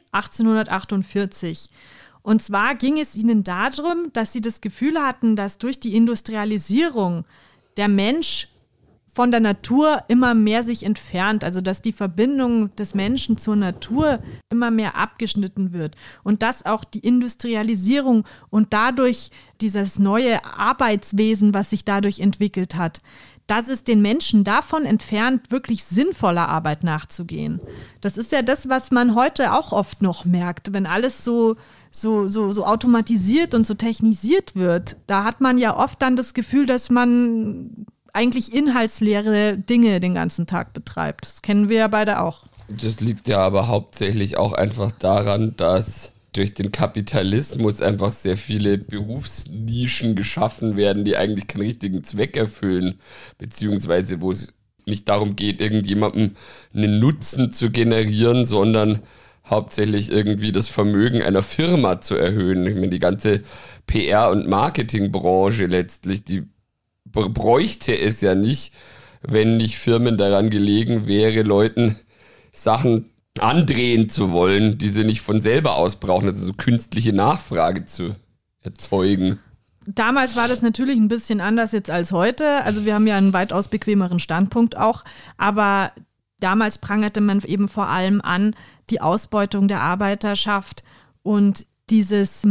1848. Und zwar ging es ihnen darum, dass sie das Gefühl hatten, dass durch die Industrialisierung der Mensch von der Natur immer mehr sich entfernt, also dass die Verbindung des Menschen zur Natur immer mehr abgeschnitten wird und dass auch die Industrialisierung und dadurch dieses neue Arbeitswesen, was sich dadurch entwickelt hat, dass es den Menschen davon entfernt, wirklich sinnvoller Arbeit nachzugehen. Das ist ja das, was man heute auch oft noch merkt, wenn alles so automatisiert und so technisiert wird. Da hat man ja oft dann das Gefühl, dass man eigentlich inhaltsleere Dinge den ganzen Tag betreibt. Das kennen wir ja beide auch. Das liegt ja aber hauptsächlich auch einfach daran, dass durch den Kapitalismus einfach sehr viele Berufsnischen geschaffen werden, die eigentlich keinen richtigen Zweck erfüllen, beziehungsweise wo es nicht darum geht, irgendjemandem einen Nutzen zu generieren, sondern hauptsächlich irgendwie das Vermögen einer Firma zu erhöhen. Ich meine, die ganze PR- und Marketingbranche letztlich, die bräuchte es ja nicht, wenn nicht Firmen daran gelegen wäre, Leuten Sachen andrehen zu wollen, die sie nicht von selber aus brauchen, also so künstliche Nachfrage zu erzeugen. Damals war das natürlich ein bisschen anders jetzt als heute. Also wir haben ja einen weitaus bequemeren Standpunkt auch, aber damals prangerte man eben vor allem an die Ausbeutung der Arbeiterschaft und dieses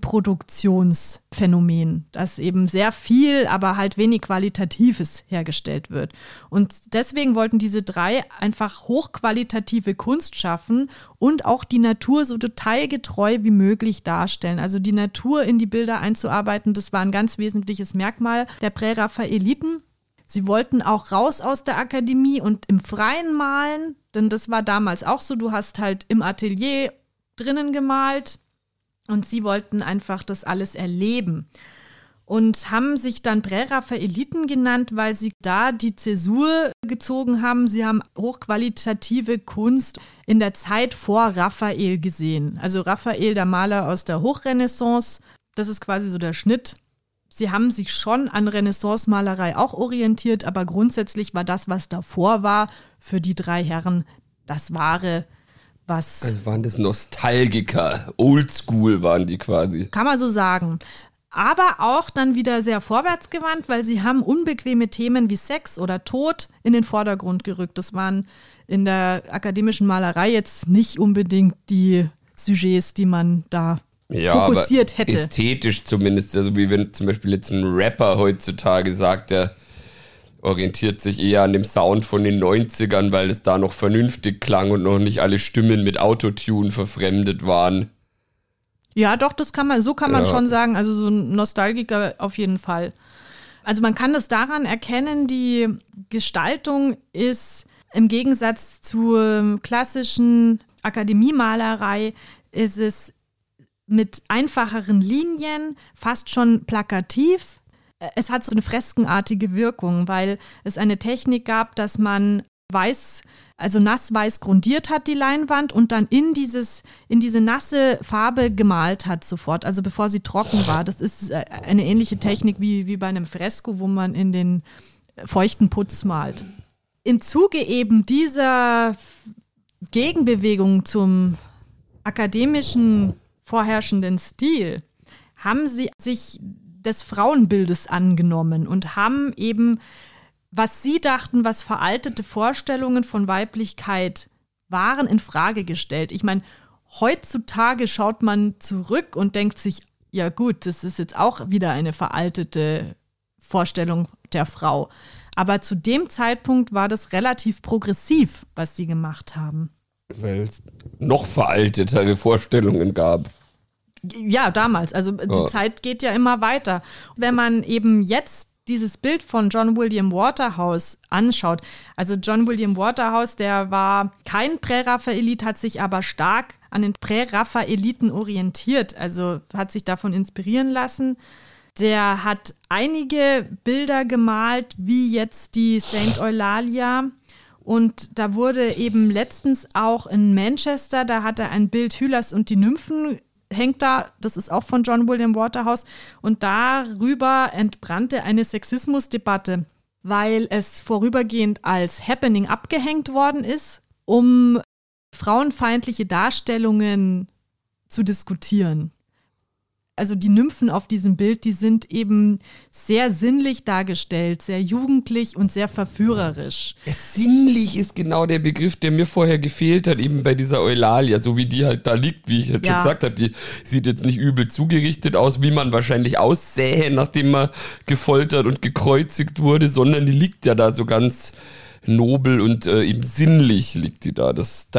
Massenproduktionsphänomen, dass eben sehr viel, aber halt wenig Qualitatives hergestellt wird. Und deswegen wollten diese 3 einfach hochqualitative Kunst schaffen und auch die Natur so detailgetreu wie möglich darstellen. Also die Natur in die Bilder einzuarbeiten, das war ein ganz wesentliches Merkmal der Präraffaeliten. Sie wollten auch raus aus der Akademie und im Freien malen, denn das war damals auch so, du hast halt im Atelier drinnen gemalt. Und sie wollten einfach das alles erleben und haben sich dann Präraffaeliten genannt, weil sie da die Zäsur gezogen haben. Sie haben hochqualitative Kunst in der Zeit vor Raphael gesehen. Also Raphael, der Maler aus der Hochrenaissance, das ist quasi so der Schnitt. Sie haben sich schon an Renaissance-Malerei auch orientiert, aber grundsätzlich war das, was davor war, für die 3 Herren das Wahre. Also waren das Nostalgiker, Oldschool waren die quasi. Kann man so sagen. Aber auch dann wieder sehr vorwärtsgewandt, weil sie haben unbequeme Themen wie Sex oder Tod in den Vordergrund gerückt. Das waren in der akademischen Malerei jetzt nicht unbedingt die Sujets, die man da fokussiert aber hätte. Ästhetisch zumindest, also wie wenn zum Beispiel jetzt ein Rapper heutzutage sagt, der orientiert sich eher an dem Sound von den 90ern, weil es da noch vernünftig klang und noch nicht alle Stimmen mit Autotune verfremdet waren. Ja, doch, so kann man schon sagen. Also so ein Nostalgiker auf jeden Fall. Also man kann das daran erkennen, die Gestaltung ist im Gegensatz zur klassischen Akademiemalerei, ist es mit einfacheren Linien, fast schon plakativ. Es hat so eine freskenartige Wirkung, weil es eine Technik gab, dass man nass-weiß grundiert hat, die Leinwand, und dann in diese nasse Farbe gemalt hat sofort, also bevor sie trocken war. Das ist eine ähnliche Technik wie bei einem Fresko, wo man in den feuchten Putz malt. Im Zuge eben dieser Gegenbewegung zum akademischen vorherrschenden Stil haben sie sich des Frauenbildes angenommen und haben eben, was sie dachten, was veraltete Vorstellungen von Weiblichkeit waren, in Frage gestellt. Ich meine, heutzutage schaut man zurück und denkt sich, ja gut, das ist jetzt auch wieder eine veraltete Vorstellung der Frau. Aber zu dem Zeitpunkt war das relativ progressiv, was sie gemacht haben. Weil es noch veraltetere Vorstellungen gab. Ja, damals. Also die Zeit geht ja immer weiter. Wenn man eben jetzt dieses Bild von John William Waterhouse anschaut, also John William Waterhouse, der war kein Präraphaelit, hat sich aber stark an den Präraphaeliten orientiert, also hat sich davon inspirieren lassen. Der hat einige Bilder gemalt, wie jetzt die St. Eulalia. Und da wurde eben letztens auch in Manchester, da hat er ein Bild Hylas und die Nymphen, hängt da, das ist auch von John William Waterhouse. Und darüber entbrannte eine Sexismusdebatte, weil es vorübergehend als Happening abgehängt worden ist, um frauenfeindliche Darstellungen zu diskutieren. Also die Nymphen auf diesem Bild, die sind eben sehr sinnlich dargestellt, sehr jugendlich und sehr verführerisch. Ja, sinnlich ist genau der Begriff, der mir vorher gefehlt hat, eben bei dieser Eulalia, so wie die halt da liegt, wie ich jetzt schon gesagt habe. Die sieht jetzt nicht übel zugerichtet aus, wie man wahrscheinlich aussähe, nachdem man gefoltert und gekreuzigt wurde, sondern die liegt ja da so ganz nobel und eben sinnlich liegt die da. Das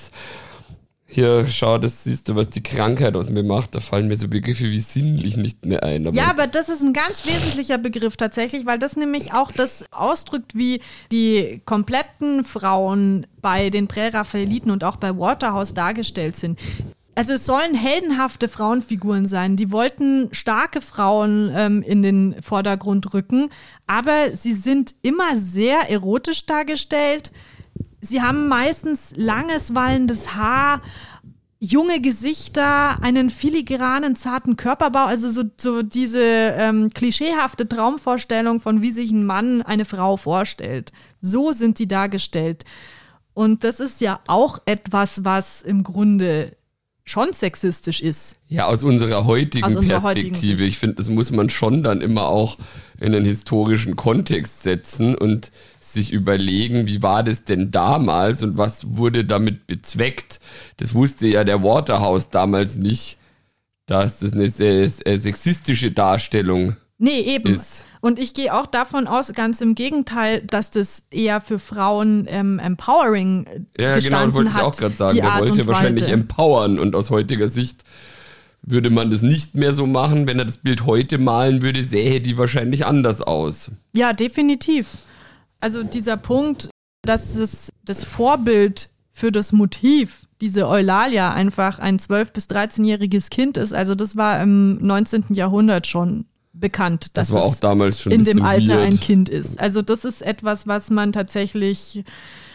hier, schau, das siehst du, was die Krankheit aus mir macht. Da fallen mir so Begriffe wie sinnlich nicht mehr ein. Aber das ist ein ganz wesentlicher Begriff tatsächlich, weil das nämlich auch das ausdrückt, wie die kompletten Frauen bei den Präraphaeliten und auch bei Waterhouse dargestellt sind. Also es sollen heldenhafte Frauenfiguren sein. Die wollten starke Frauen in den Vordergrund rücken, aber sie sind immer sehr erotisch dargestellt. Sie haben meistens langes, wallendes Haar, junge Gesichter, einen filigranen, zarten Körperbau, also so diese klischeehafte Traumvorstellung von wie sich ein Mann eine Frau vorstellt. So sind die dargestellt. Und das ist ja auch etwas, was im Grunde schon sexistisch ist. Ja, aus unserer heutigen Perspektive. Ich finde, das muss man schon dann immer auch in einen historischen Kontext setzen und sich überlegen, wie war das denn damals und was wurde damit bezweckt. Das wusste ja der Waterhouse damals nicht, dass das eine sexistische Darstellung ist. Und ich gehe auch davon aus, ganz im Gegenteil, dass das eher für Frauen empowering gestanden hat. Ja, genau, das wollte ich auch gerade sagen. Der wollte wahrscheinlich empowern und aus heutiger Sicht würde man das nicht mehr so machen. Wenn er das Bild heute malen würde, sähe die wahrscheinlich anders aus. Ja, definitiv. Also dieser Punkt, dass das Vorbild für das Motiv, diese Eulalia, einfach ein 12- bis 13-jähriges Kind ist. Also das war im 19. Jahrhundert schon bekannt, dass das war auch damals schon in dem Alter ein Kind ist. Also das ist etwas, was man tatsächlich,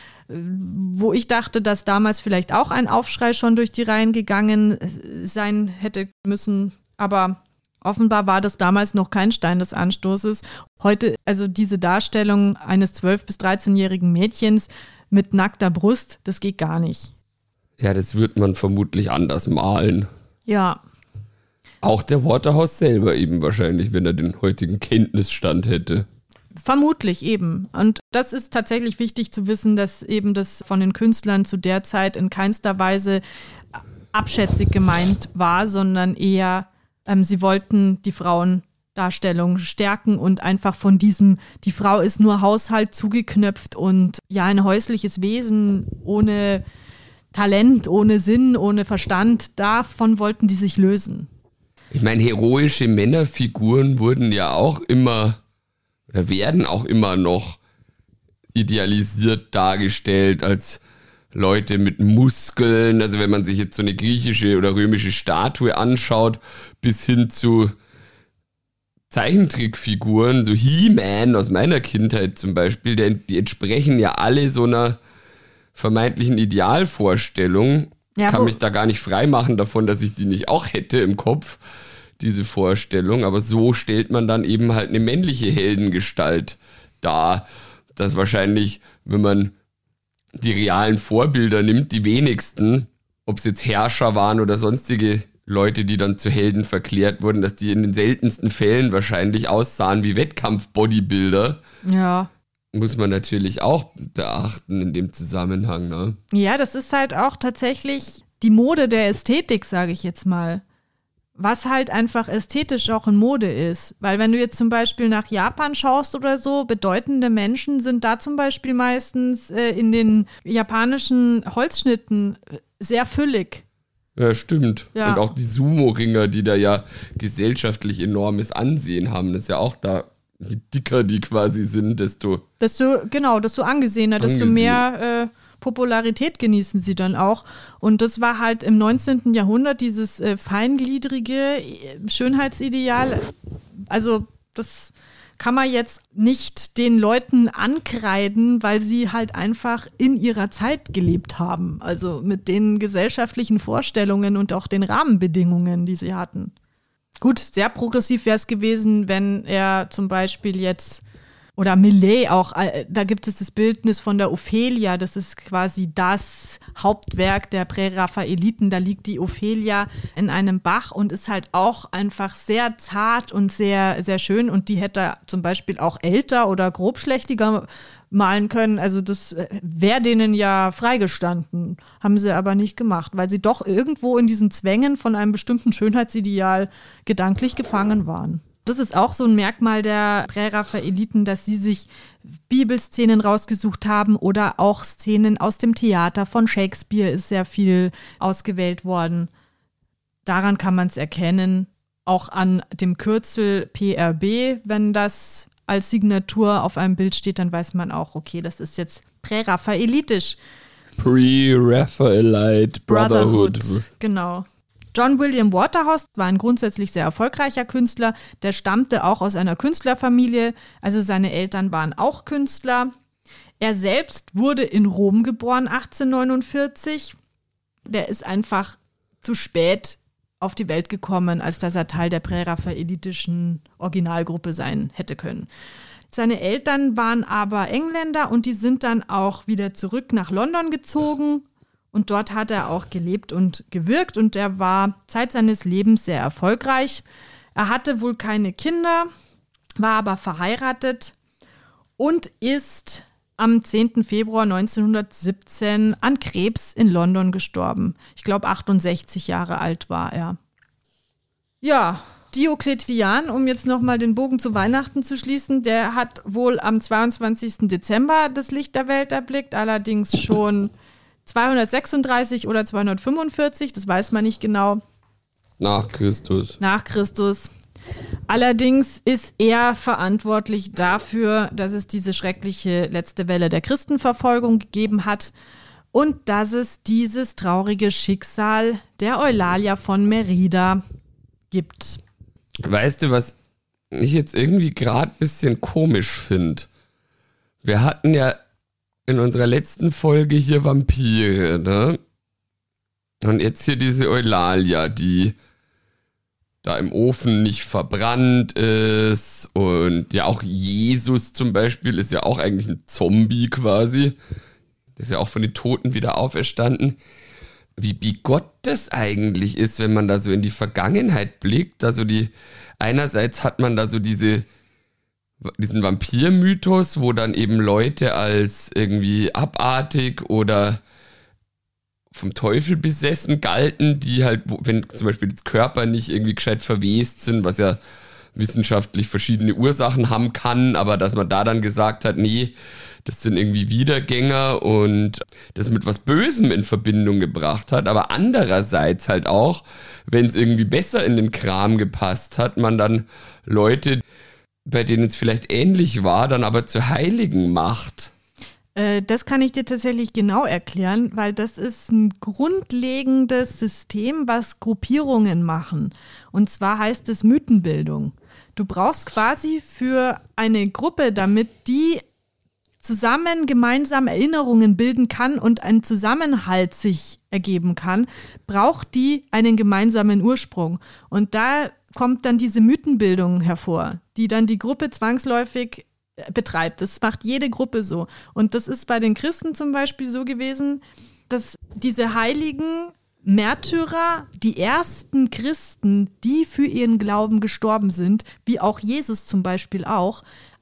wo ich dachte, dass damals vielleicht auch ein Aufschrei schon durch die Reihen gegangen sein hätte müssen, aber offenbar war das damals noch kein Stein des Anstoßes. Heute, also diese Darstellung eines 12- bis 13-jährigen Mädchens mit nackter Brust, das geht gar nicht. Ja, das wird man vermutlich anders malen. Ja. Auch der Waterhouse selber eben wahrscheinlich, wenn er den heutigen Kenntnisstand hätte. Vermutlich eben. Und das ist tatsächlich wichtig zu wissen, dass eben das von den Künstlern zu der Zeit in keinster Weise abschätzig gemeint war, sondern eher sie wollten die Frauendarstellung stärken und einfach von diesem, die Frau ist nur Haushalt zugeknöpft und ja, ein häusliches Wesen ohne Talent, ohne Sinn, ohne Verstand, davon wollten die sich lösen. Ich meine, heroische Männerfiguren wurden ja auch immer oder werden auch immer noch idealisiert dargestellt als Leute mit Muskeln, also wenn man sich jetzt so eine griechische oder römische Statue anschaut, bis hin zu Zeichentrickfiguren, so He-Man aus meiner Kindheit zum Beispiel, die entsprechen ja alle so einer vermeintlichen Idealvorstellung. Ich kann mich da gar nicht frei machen davon, dass ich die nicht auch hätte im Kopf, diese Vorstellung, aber so stellt man dann eben halt eine männliche Heldengestalt dar, dass wahrscheinlich, wenn man die realen Vorbilder nimmt, die wenigsten, ob es jetzt Herrscher waren oder sonstige Leute, die dann zu Helden verklärt wurden, dass die in den seltensten Fällen wahrscheinlich aussahen wie Wettkampf-Bodybuilder. Ja. Muss man natürlich auch beachten in dem Zusammenhang, ne? Ja, das ist halt auch tatsächlich die Mode der Ästhetik, sage ich jetzt mal. Was halt einfach ästhetisch auch in Mode ist. Weil wenn du jetzt zum Beispiel nach Japan schaust oder so, bedeutende Menschen sind da zum Beispiel meistens in den japanischen Holzschnitten sehr füllig. Ja, stimmt. Ja. Und auch die Sumo-Ringer, die da ja gesellschaftlich enormes Ansehen haben, das ist ja auch da, je dicker die quasi sind, desto angesehener, desto mehr Popularität genießen sie dann auch. Und das war halt im 19. Jahrhundert dieses feingliedrige Schönheitsideal. Also das kann man jetzt nicht den Leuten ankreiden, weil sie halt einfach in ihrer Zeit gelebt haben. Also mit den gesellschaftlichen Vorstellungen und auch den Rahmenbedingungen, die sie hatten. Gut, sehr progressiv wäre es gewesen, wenn er zum Beispiel jetzt oder Millet auch, da gibt es das Bildnis von der Ophelia, das ist quasi das Hauptwerk der Präraffaeliten, da liegt die Ophelia in einem Bach und ist halt auch einfach sehr zart und sehr, sehr schön und die hätte er zum Beispiel auch älter oder grobschlächtiger malen können, also das wäre denen ja freigestanden, haben sie aber nicht gemacht, weil sie doch irgendwo in diesen Zwängen von einem bestimmten Schönheitsideal gedanklich gefangen waren. Das ist auch so ein Merkmal der Präraffaeliten, dass sie sich Bibelszenen rausgesucht haben oder auch Szenen aus dem Theater. Von Shakespeare ist sehr viel ausgewählt worden. Daran kann man es erkennen. Auch an dem Kürzel PRB, wenn das als Signatur auf einem Bild steht, dann weiß man auch, okay, das ist jetzt präraffaelitisch. Pre-Raphaelite Brotherhood. Genau. John William Waterhouse war ein grundsätzlich sehr erfolgreicher Künstler. Der stammte auch aus einer Künstlerfamilie, also seine Eltern waren auch Künstler. Er selbst wurde in Rom geboren, 1849. Der ist einfach zu spät auf die Welt gekommen, als dass er Teil der präraffaelitischen Originalgruppe sein hätte können. Seine Eltern waren aber Engländer und die sind dann auch wieder zurück nach London gezogen. Und dort hat er auch gelebt und gewirkt und er war Zeit seines Lebens sehr erfolgreich. Er hatte wohl keine Kinder, war aber verheiratet und ist am 10. Februar 1917 an Krebs in London gestorben. Ich glaube, 68 Jahre alt war er. Ja, Diokletian, um jetzt nochmal den Bogen zu Weihnachten zu schließen, der hat wohl am 22. Dezember das Licht der Welt erblickt, allerdings schon 236 oder 245, das weiß man nicht genau. Nach Christus. Allerdings ist er verantwortlich dafür, dass es diese schreckliche letzte Welle der Christenverfolgung gegeben hat und dass es dieses traurige Schicksal der Eulalia von Merida gibt. Weißt du, was ich jetzt irgendwie gerade ein bisschen komisch finde? Wir hatten ja in unserer letzten Folge hier Vampire, ne? Und jetzt hier diese Eulalia, die da im Ofen nicht verbrannt ist. Und ja, auch Jesus zum Beispiel ist ja auch eigentlich ein Zombie quasi. Der ist ja auch von den Toten wieder auferstanden. Wie bigott das eigentlich ist, wenn man da so in die Vergangenheit blickt. Also einerseits hat man da so diesen Vampir-Mythos, wo dann eben Leute als irgendwie abartig oder vom Teufel besessen galten, die halt, wenn zum Beispiel das Körper nicht irgendwie gescheit verwest sind, was ja wissenschaftlich verschiedene Ursachen haben kann, aber dass man da dann gesagt hat, nee, das sind irgendwie Wiedergänger und das mit was Bösem in Verbindung gebracht hat, aber andererseits halt auch, wenn es irgendwie besser in den Kram gepasst hat, man dann Leute, bei denen es vielleicht ähnlich war, dann aber zu Heiligen macht. Das kann ich dir tatsächlich genau erklären, weil das ist ein grundlegendes System, was Gruppierungen machen. Und zwar heißt es Mythenbildung. Du brauchst quasi für eine Gruppe, damit die zusammen gemeinsam Erinnerungen bilden kann und ein Zusammenhalt sich ergeben kann, braucht die einen gemeinsamen Ursprung. Und da kommt dann diese Mythenbildung hervor, die dann die Gruppe zwangsläufig betreibt. Das macht jede Gruppe so. Und das ist bei den Christen zum Beispiel so gewesen, dass diese heiligen Märtyrer, die ersten Christen, die für ihren Glauben gestorben sind, wie auch Jesus zum Beispiel auch,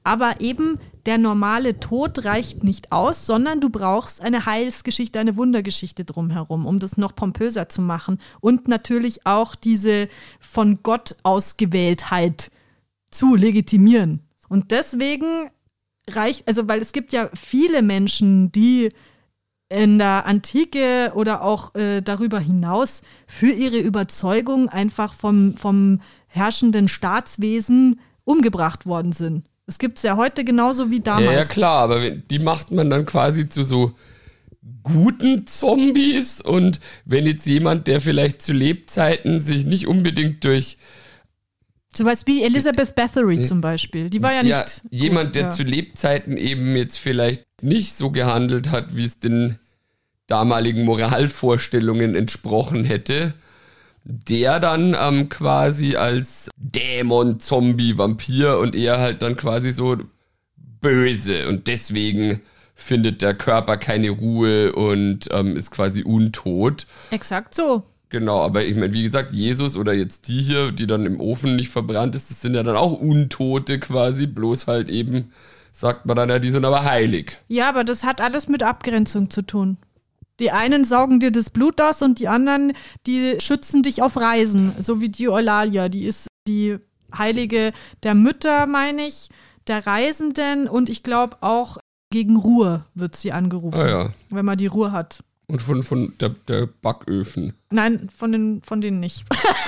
Aber eben der normale Tod reicht nicht aus, sondern du brauchst eine Heilsgeschichte, eine Wundergeschichte drumherum, um das noch pompöser zu machen. Und natürlich auch diese von Gott Ausgewähltheit zu legitimieren. Und deswegen weil es gibt ja viele Menschen, die in der Antike oder auch darüber hinaus für ihre Überzeugung einfach vom herrschenden Staatswesen umgebracht worden sind. Es gibt es ja heute genauso wie damals. Ja, klar, aber die macht man dann quasi zu so guten Zombies. Und wenn jetzt jemand, der vielleicht zu Lebzeiten sich nicht unbedingt durch... Sowas wie Elizabeth Bathory zum Beispiel. Die war ja nicht. Ja, jemand, der zu Lebzeiten eben jetzt vielleicht nicht so gehandelt hat, wie es den damaligen Moralvorstellungen entsprochen hätte, der dann quasi als Dämon, Zombie, Vampir und er halt dann quasi so böse. Und deswegen findet der Körper keine Ruhe und ist quasi untot. Exakt so. Genau, aber ich meine, wie gesagt, Jesus oder jetzt die hier, die dann im Ofen nicht verbrannt ist, das sind ja dann auch Untote quasi, bloß halt eben, sagt man dann ja, die sind aber heilig. Ja, aber das hat alles mit Abgrenzung zu tun. Die einen saugen dir das Blut aus und die anderen, die schützen dich auf Reisen, so wie die Eulalia, die ist die Heilige der Mütter, meine ich, der Reisenden und ich glaube auch gegen Ruhe wird sie angerufen, wenn man die Ruhe hat. Und von der Backöfen. Nein, von denen nicht.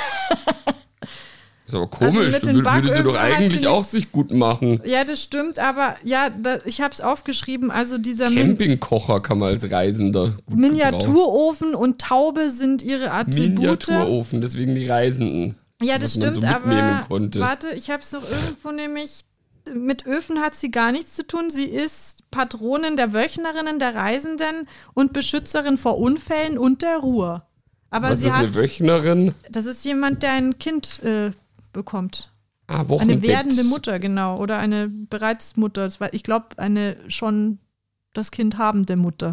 Ist aber komisch, also würde sie doch eigentlich auch sich gut machen. Ja, das stimmt, aber ja, ich habe es aufgeschrieben, also dieser Campingkocher kann man als Reisender gut Miniaturofen und Taube sind ihre Attribute. Miniaturofen, deswegen die Reisenden. Ja, das stimmt, so aber warte, ich habe es noch irgendwo nämlich, mit Öfen hat sie gar nichts zu tun. Sie ist Patronin der Wöchnerinnen, der Reisenden und Beschützerin vor Unfällen und der Ruhe. Aber was ist eine Wöchnerin? Das ist jemand, der ein Kind bekommt. Wochenbett. Eine werdende Mutter, genau. Oder eine bereits Mutter. Ich glaube, eine schon das Kind habende Mutter.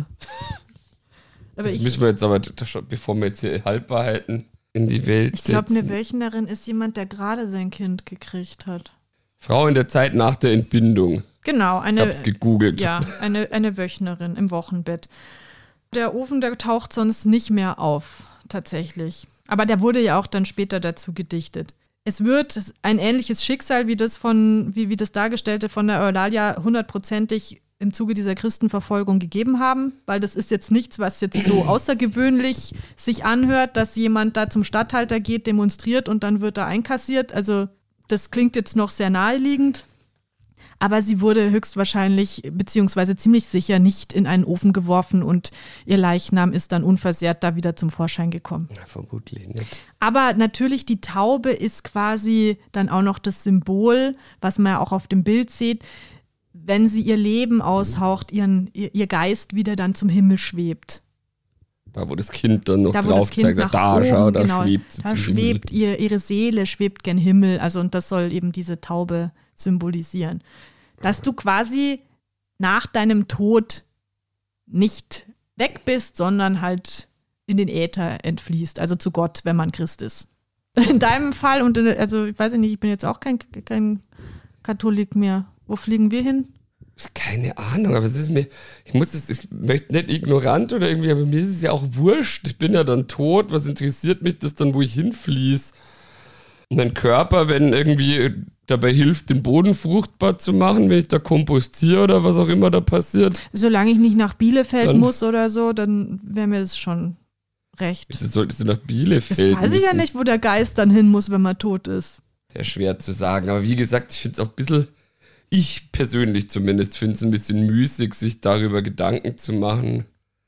Aber das müssen wir jetzt aber, bevor wir jetzt hier Halbwahrheiten in die Welt setzen. Ich glaube, eine Wöchnerin ist jemand, der gerade sein Kind gekriegt hat. Frau in der Zeit nach der Entbindung. Genau. Ich hab's gegoogelt. Ja, eine Wöchnerin im Wochenbett. Der Ofen, der taucht sonst nicht mehr auf, tatsächlich. Aber der wurde ja auch dann später dazu gedichtet. Es wird ein ähnliches Schicksal wie das wie das Dargestellte von der Eulalia hundertprozentig im Zuge dieser Christenverfolgung gegeben haben, weil das ist jetzt nichts, was jetzt so außergewöhnlich sich anhört, dass jemand da zum Statthalter geht, demonstriert und dann wird er einkassiert. Also das klingt jetzt noch sehr naheliegend, aber sie wurde höchstwahrscheinlich beziehungsweise ziemlich sicher nicht in einen Ofen geworfen und ihr Leichnam ist dann unversehrt da wieder zum Vorschein gekommen. Ja, vermutlich nicht. Aber natürlich, die Taube ist quasi dann auch noch das Symbol, was man ja auch auf dem Bild sieht, wenn sie ihr Leben aushaucht, ihr Geist wieder dann zum Himmel schwebt. Da, wo das Kind dann noch drauf zeigt, schau, da genau, schwebt sie da zum ihre Seele schwebt gen Himmel. Also, und das soll eben diese Taube symbolisieren. Dass du quasi nach deinem Tod nicht weg bist, sondern halt in den Äther entfließt, also zu Gott, wenn man Christ ist. In deinem Fall, also ich weiß nicht, ich bin jetzt auch kein Katholik mehr. Wo fliegen wir hin? Keine Ahnung, aber es ist mir, ich möchte nicht ignorant oder irgendwie, aber mir ist es ja auch wurscht. Ich bin ja dann tot, was interessiert mich das dann, wo ich hinfließe? Mein Körper, wenn irgendwie dabei hilft, den Boden fruchtbar zu machen, wenn ich da kompostiere oder was auch immer da passiert. Solange ich nicht nach Bielefeld muss oder so, dann wäre mir das schon recht. Wieso solltest du nach Bielefeld? Das weiß ich ja nicht, wo der Geist dann hin muss, wenn man tot ist. Ja, schwer zu sagen, aber wie gesagt, ich finde es auch ein bisschen, ich persönlich zumindest finde es ein bisschen müßig, sich darüber Gedanken zu machen,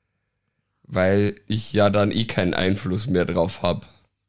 weil ich ja dann keinen Einfluss mehr drauf habe,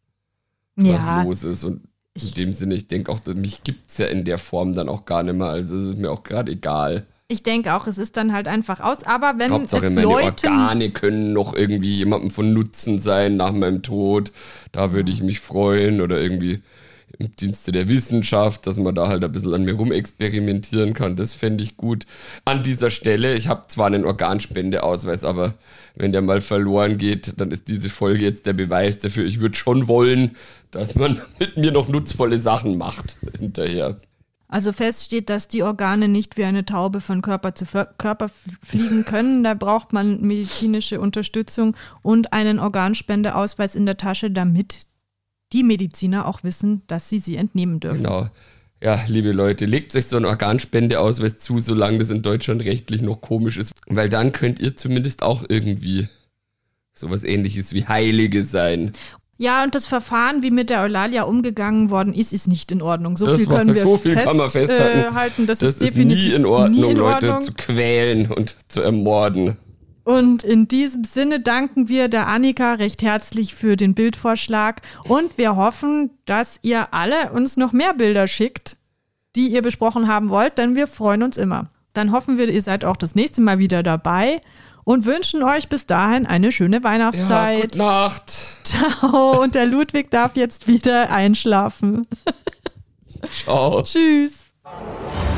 was los ist. Und in dem Sinne, ich denke auch, mich gibt es ja in der Form dann auch gar nicht mehr, also es ist mir auch gerade egal. Ich denke auch, es ist dann halt einfach aus, aber wenn Hauptsache es meine Organe können noch irgendwie jemandem von Nutzen sein nach meinem Tod, da würde ich mich freuen oder irgendwie im Dienste der Wissenschaft, dass man da halt ein bisschen an mir rumexperimentieren kann, das fände ich gut. An dieser Stelle, ich habe zwar einen Organspendeausweis, aber wenn der mal verloren geht, dann ist diese Folge jetzt der Beweis dafür, ich würde schon wollen, dass man mit mir noch nutzvolle Sachen macht hinterher. Also fest steht, dass die Organe nicht wie eine Taube von Körper zu Körper fliegen können. Da braucht man medizinische Unterstützung und einen Organspendeausweis in der Tasche, damit die Mediziner auch wissen, dass sie entnehmen dürfen. Genau. Ja, liebe Leute, legt euch so einen Organspendeausweis zu, solange das in Deutschland rechtlich noch komisch ist. Weil dann könnt ihr zumindest auch irgendwie sowas Ähnliches wie Heilige sein. Ja, und das Verfahren, wie mit der Eulalia umgegangen worden ist, ist nicht in Ordnung. So viel kann man festhalten. Das ist definitiv nie in Ordnung, Leute zu quälen und zu ermorden. Und in diesem Sinne danken wir der Annika recht herzlich für den Bildvorschlag und wir hoffen, dass ihr alle uns noch mehr Bilder schickt, die ihr besprochen haben wollt, denn wir freuen uns immer. Dann hoffen wir, ihr seid auch das nächste Mal wieder dabei und wünschen euch bis dahin eine schöne Weihnachtszeit. Ja, gute Nacht. Ciao. Und der Ludwig darf jetzt wieder einschlafen. Ciao. Tschüss.